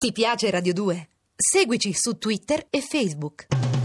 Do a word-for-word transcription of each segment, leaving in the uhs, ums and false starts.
Ti piace Radio due? Seguici su Twitter e Facebook.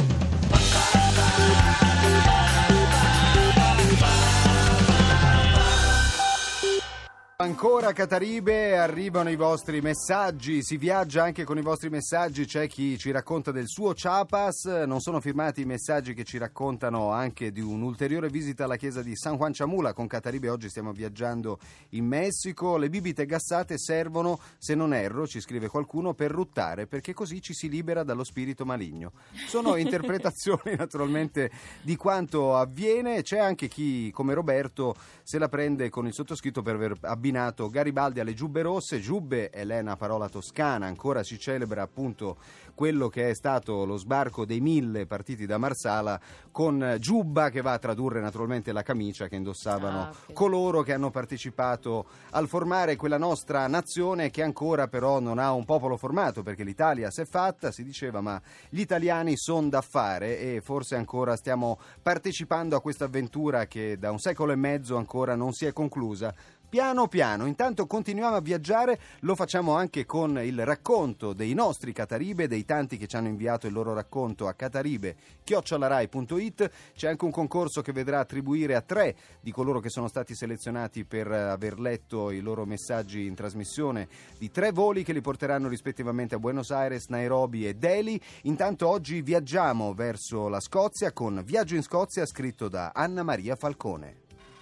Ancora Cataribe, arrivano i vostri messaggi, si viaggia anche con i vostri messaggi, c'è chi ci racconta del suo Chiapas, non sono firmati i messaggi che ci raccontano anche di un'ulteriore visita alla chiesa di San Juan Chamula. Con Cataribe oggi stiamo viaggiando in Messico, le bibite gassate servono, se non erro, ci scrive qualcuno, per ruttare, perché così ci si libera dallo spirito maligno. Sono interpretazioni naturalmente di quanto avviene, c'è anche chi come Roberto se la prende con il sottoscritto per aver abbinato Garibaldi alle giubbe rosse. Giubbe è una parola toscana, ancora si celebra appunto quello che è stato lo sbarco dei mille partiti da Marsala, con giubba che va a tradurre naturalmente la camicia che indossavano ah, okay. coloro che hanno partecipato al formare quella nostra nazione che ancora però non ha un popolo formato, perché l'Italia si è fatta, si diceva, ma gli italiani son da fare, e forse ancora stiamo partecipando a questa avventura che da un secolo e mezzo ancora non si è conclusa. Piano piano, intanto continuiamo a viaggiare, lo facciamo anche con il racconto dei nostri Cataribe, dei tanti che ci hanno inviato il loro racconto a cataribe chiocciola rai punto it. C'è anche un concorso che vedrà attribuire a tre di coloro che sono stati selezionati per aver letto i loro messaggi in trasmissione di tre voli che li porteranno rispettivamente a Buenos Aires, Nairobi e Delhi. Intanto oggi viaggiamo verso la Scozia con Viaggio in Scozia, scritto da Anna Maria Falcone.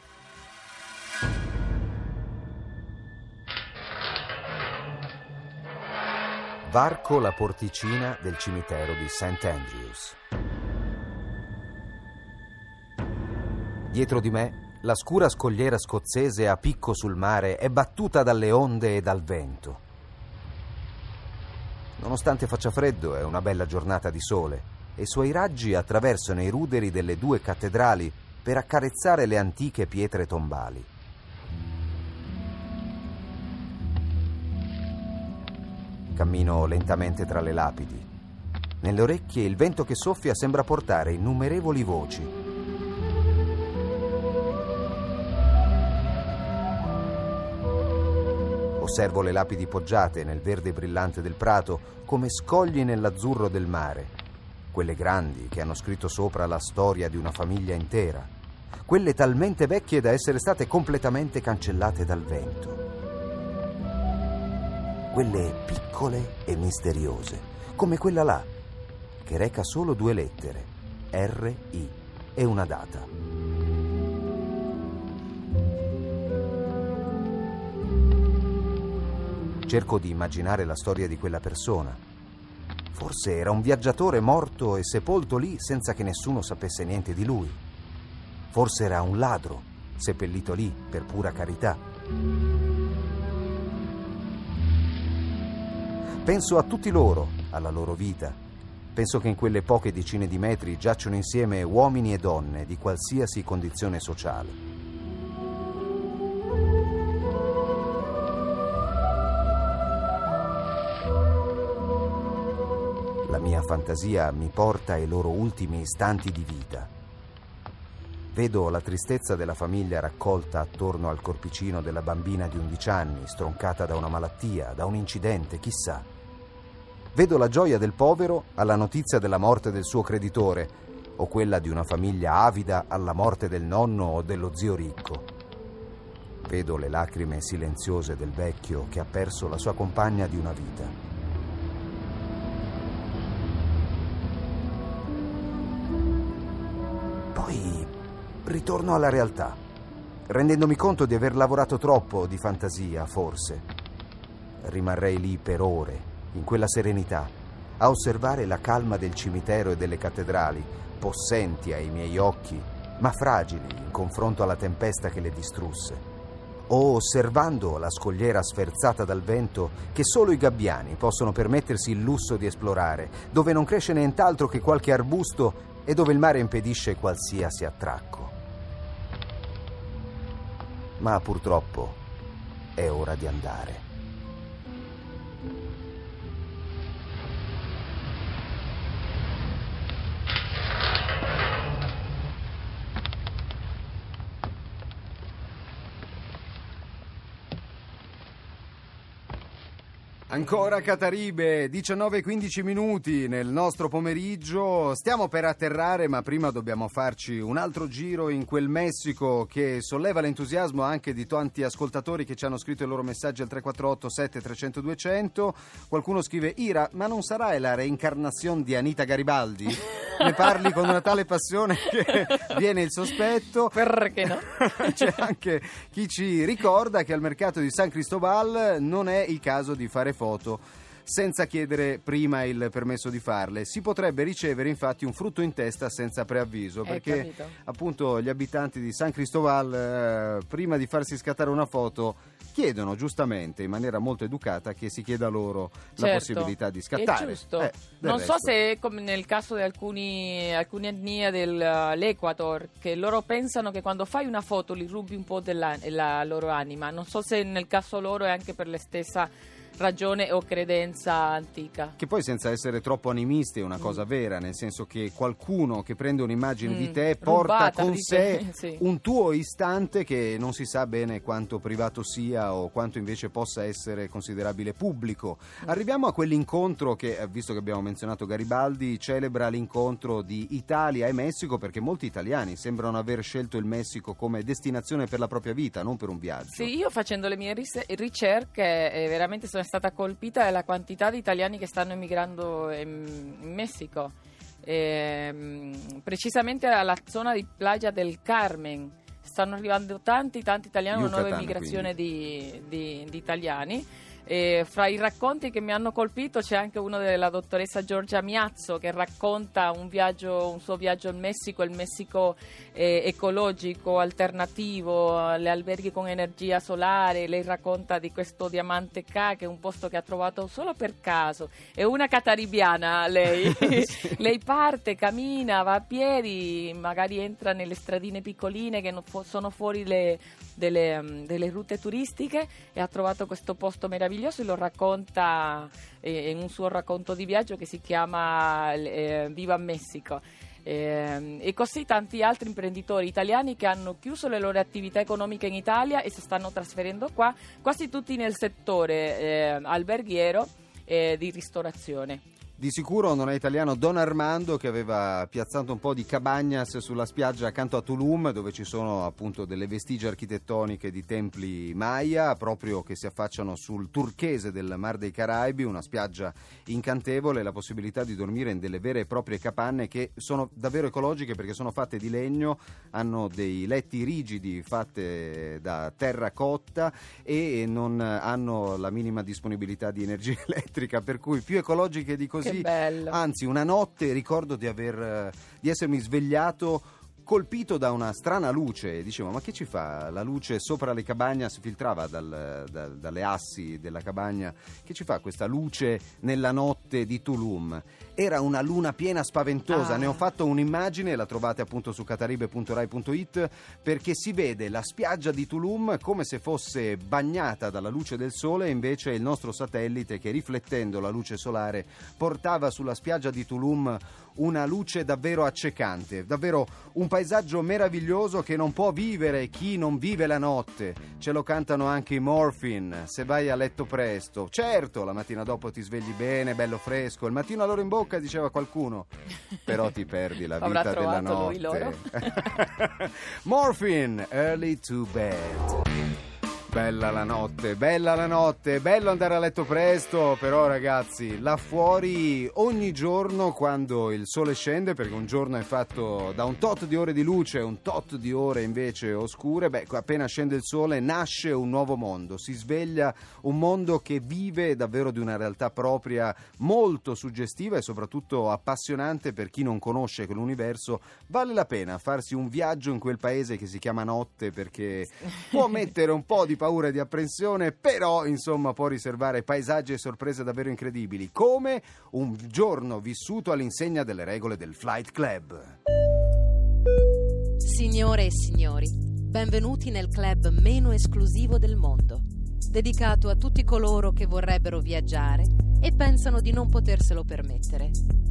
Varco la porticina del cimitero di Saint Andrews. Dietro di me, la scura scogliera scozzese a picco sul mare è battuta dalle onde e dal vento. Nonostante faccia freddo, è una bella giornata di sole e i suoi raggi attraversano i ruderi delle due cattedrali per accarezzare le antiche pietre tombali. Cammino lentamente tra le lapidi. Nelle orecchie il vento che soffia sembra portare innumerevoli voci. Osservo le lapidi poggiate nel verde brillante del prato come scogli nell'azzurro del mare. Quelle grandi che hanno scritto sopra la storia di una famiglia intera. Quelle talmente vecchie da essere state completamente cancellate dal vento. Quelle piccole e misteriose, come quella là, che reca solo due lettere, R I, e una data. Cerco di immaginare la storia di quella persona. Forse era un viaggiatore morto e sepolto lì senza che nessuno sapesse niente di lui. Forse era un ladro, seppellito lì per pura carità. Penso a tutti loro, alla loro vita. Penso che in quelle poche decine di metri giacciono insieme uomini e donne di qualsiasi condizione sociale. La mia fantasia mi porta ai loro ultimi istanti di vita. Vedo la tristezza della famiglia raccolta attorno al corpicino della bambina di undici anni, stroncata da una malattia, da un incidente, chissà. Vedo la gioia del povero alla notizia della morte del suo creditore, o quella di una famiglia avida alla morte del nonno o dello zio ricco. Vedo le lacrime silenziose del vecchio che ha perso la sua compagna di una vita. Poi ritorno alla realtà, rendendomi conto di aver lavorato troppo di fantasia, forse. Rimarrei lì per ore, in quella serenità, a osservare la calma del cimitero e delle cattedrali, possenti ai miei occhi, ma fragili in confronto alla tempesta che le distrusse, o osservando la scogliera sferzata dal vento che solo i gabbiani possono permettersi il lusso di esplorare, dove non cresce nient'altro che qualche arbusto e dove il mare impedisce qualsiasi attracco. Ma purtroppo è ora di andare. Ancora Cataribe, diciannove e quindici minuti nel nostro pomeriggio. Stiamo per atterrare, ma prima dobbiamo farci un altro giro in quel Messico che solleva l'entusiasmo anche di tanti ascoltatori che ci hanno scritto i loro messaggi al tre quattro otto sette trecento duecento. Qualcuno scrive: Ira, ma non sarà la reincarnazione di Anita Garibaldi? Ne parli con una tale passione che viene il sospetto. Perché no? C'è anche chi ci ricorda che al mercato di San Cristobal non è il caso di fare foto senza chiedere prima il permesso di farle. Si potrebbe ricevere infatti un frutto in testa senza preavviso, Hai perché capito. appunto gli abitanti di San Cristobal eh, prima di farsi scattare una foto chiedono giustamente in maniera molto educata che si chieda loro Certo, la possibilità di scattare. È giusto. Eh, del non so resto. se è come nel caso di alcuni, alcune etnie dell'Equator, che loro pensano che quando fai una foto li rubi un po' della la loro anima. Non so se nel caso loro è anche per la stessa ragione o credenza antica. Che poi, senza essere troppo animisti, è una cosa vera, nel senso che qualcuno che prende un'immagine Mm, di te porta rubata, con di sé te, sì. un tuo istante che non si sa bene quanto privato sia o quanto invece possa essere considerabile pubblico. Arriviamo a quell'incontro che, eh, visto che abbiamo menzionato Garibaldi, celebra l'incontro di Italia e Messico, perché molti italiani sembrano aver scelto il Messico come destinazione per la propria vita, non per un viaggio. Sì, io facendo le mie ris- ricerche eh, veramente sono stata colpita dalla quantità di italiani che stanno emigrando in, in Messico, ehm, precisamente alla zona di Playa del Carmen. Stanno arrivando tanti tanti italiani, una nuova Yucatan, immigrazione di, di, di italiani. E fra i racconti che mi hanno colpito c'è anche uno della dottoressa Giorgia Miazzo, che racconta un viaggio, un suo viaggio in Messico, il Messico eh, ecologico, alternativo, gli alberghi con energia solare. Lei racconta di questo Diamante K, che è un posto che ha trovato solo per caso. È una cataribiana lei. Sì. Lei parte, cammina, va a piedi, magari entra nelle stradine piccoline che non fu- sono fuori le, delle, um, delle route turistiche, e ha trovato questo posto meraviglioso e lo racconta eh, in un suo racconto di viaggio che si chiama eh, Viva Messico. Eh, e così tanti altri imprenditori italiani che hanno chiuso le loro attività economiche in Italia e si stanno trasferendo qua, quasi tutti nel settore eh, alberghiero e di ristorazione. Di sicuro non è italiano Don Armando, che aveva piazzato un po' di cabañas sulla spiaggia accanto a Tulum, dove ci sono appunto delle vestigie architettoniche di templi Maya, proprio che si affacciano sul turchese del Mar dei Caraibi, una spiaggia incantevole, la possibilità di dormire in delle vere e proprie capanne che sono davvero ecologiche perché sono fatte di legno, hanno dei letti rigidi fatte da terracotta e non hanno la minima disponibilità di energia elettrica, per cui più ecologiche di così. Che bello. Anzi, una notte ricordo di aver di essermi svegliato colpito da una strana luce. Dicevo, ma che ci fa la luce sopra le cabagne? Si filtrava dal, da, dalle assi della cabagna. Che ci fa questa luce nella notte di Tulum? Era una luna piena spaventosa. Ah. Ne ho fatto un'immagine, la trovate appunto su cataribe punto rai punto it, perché si vede la spiaggia di Tulum come se fosse bagnata dalla luce del sole, e invece il nostro satellite, che riflettendo la luce solare portava sulla spiaggia di Tulum una luce davvero accecante, davvero un paesaggio meraviglioso che non può vivere chi non vive la notte. Ce lo cantano anche i Morphine, Se vai a letto presto. Certo, la mattina dopo ti svegli bene, bello fresco, il mattino a loro in bocca, diceva qualcuno, però ti perdi la Avrà vita della trovato lui notte. loro. Morphine, Early to Bed. Bella la notte, bella la notte, bello andare a letto presto, però ragazzi, là fuori ogni giorno quando il sole scende, perché un giorno è fatto da un tot di ore di luce e un tot di ore invece oscure, beh, appena scende il sole nasce un nuovo mondo, si sveglia un mondo che vive davvero di una realtà propria molto suggestiva e soprattutto appassionante per chi non conosce quell'universo. Vale la pena farsi un viaggio in quel paese che si chiama notte, perché può mettere un po' di paura e di apprensione, però insomma può riservare paesaggi e sorprese davvero incredibili, come un giorno vissuto all'insegna delle regole del Flight Club. Signore e signori, benvenuti nel club meno esclusivo del mondo, dedicato a tutti coloro che vorrebbero viaggiare e pensano di non poterselo permettere.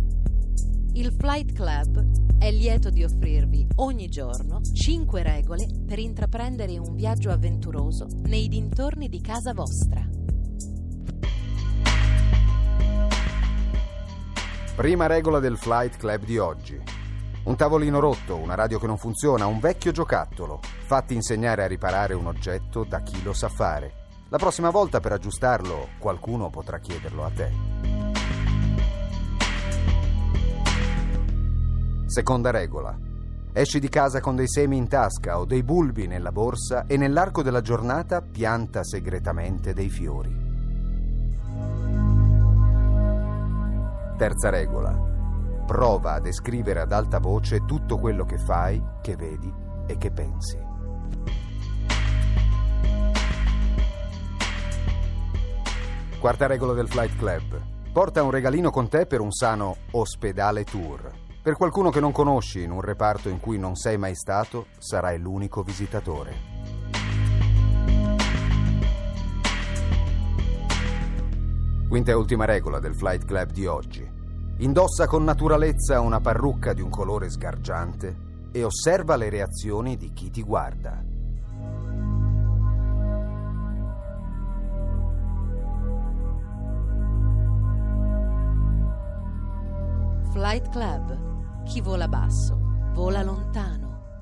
Il Flight Club è lieto di offrirvi ogni giorno cinque regole per intraprendere un viaggio avventuroso nei dintorni di casa vostra. Prima regola del Flight Club di oggi. Un tavolino rotto, una radio che non funziona, un vecchio giocattolo. Fatti insegnare a riparare un oggetto da chi lo sa fare. La prossima volta per aggiustarlo qualcuno potrà chiederlo a te. Seconda regola. Esci di casa con dei semi in tasca o dei bulbi nella borsa e nell'arco della giornata pianta segretamente dei fiori. Terza regola. Prova a descrivere ad alta voce tutto quello che fai, che vedi e che pensi. Quarta regola del Flight Club. Porta un regalino con te per un sano ospedale tour. Per qualcuno che non conosci in un reparto in cui non sei mai stato, sarai l'unico visitatore. Quinta e ultima regola del Flight Club di oggi. Indossa con naturalezza una parrucca di un colore sgargiante e osserva le reazioni di chi ti guarda. Flight Club. Chi vola basso, vola lontano.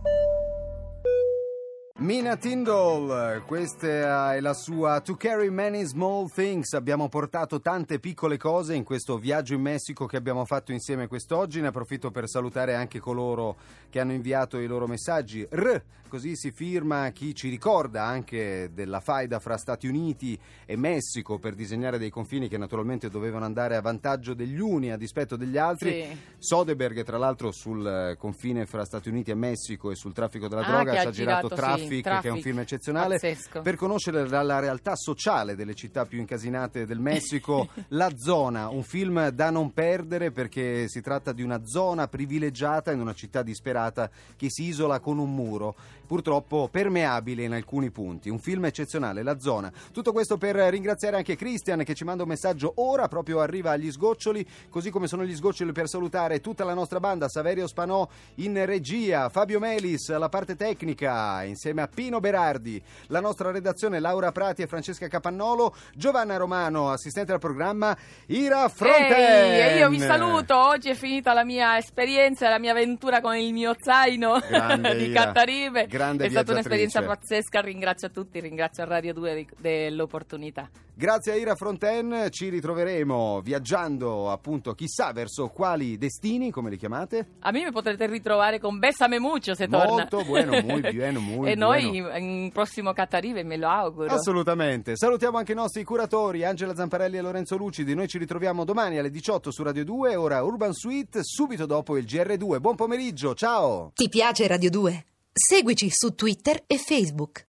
Mina Tindall, questa è la sua To Carry Many Small Things. Abbiamo portato tante piccole cose in questo viaggio in Messico che abbiamo fatto insieme quest'oggi. Ne approfitto per salutare anche coloro che hanno inviato i loro messaggi. R, così si firma chi ci ricorda anche della faida fra Stati Uniti e Messico per disegnare dei confini che naturalmente dovevano andare a vantaggio degli uni a dispetto degli altri. Sì. Soderbergh, tra l'altro, sul confine fra Stati Uniti e Messico e sul traffico della ah, droga ci ha ha girato, girato Traffic. Sì. Traffic, che è un film eccezionale. Pazzesco. Per conoscere la, la realtà sociale delle città più incasinate del Messico. La Zona, un film da non perdere perché si tratta di una zona privilegiata in una città disperata che si isola con un muro, purtroppo permeabile in alcuni punti. Un film eccezionale, La Zona. Tutto questo per ringraziare anche Christian che ci manda un messaggio ora, proprio arriva agli sgoccioli, così come sono gli sgoccioli per salutare tutta la nostra banda, Saverio Spanò in regia, Fabio Melis alla parte tecnica, insieme a Pino Berardi, la nostra redazione Laura Prati e Francesca Capannolo, Giovanna Romano, assistente al programma, Ira Fronten. Ehi, io vi saluto, oggi è finita la mia esperienza, la mia avventura con il mio zaino di Ira. Cattaribe, Grande è stata un'esperienza viaggiatrice. pazzesca, ringrazio a tutti, ringrazio a Radio due di- dell'opportunità. Grazie a Ira Fronten, ci ritroveremo viaggiando appunto chissà verso quali destini, come li chiamate? A me mi potrete ritrovare con Bessame Mucho se torna. Molto bueno, muy bien, muy E bueno. noi in prossimo Cattaribe me lo auguro. Assolutamente. Salutiamo anche i nostri curatori Angela Zamparelli e Lorenzo Lucidi. Noi ci ritroviamo domani alle diciotto su Radio due, ora Urban Suite, subito dopo il G R due. Buon pomeriggio, ciao! Ti piace Radio due? Seguici su Twitter e Facebook.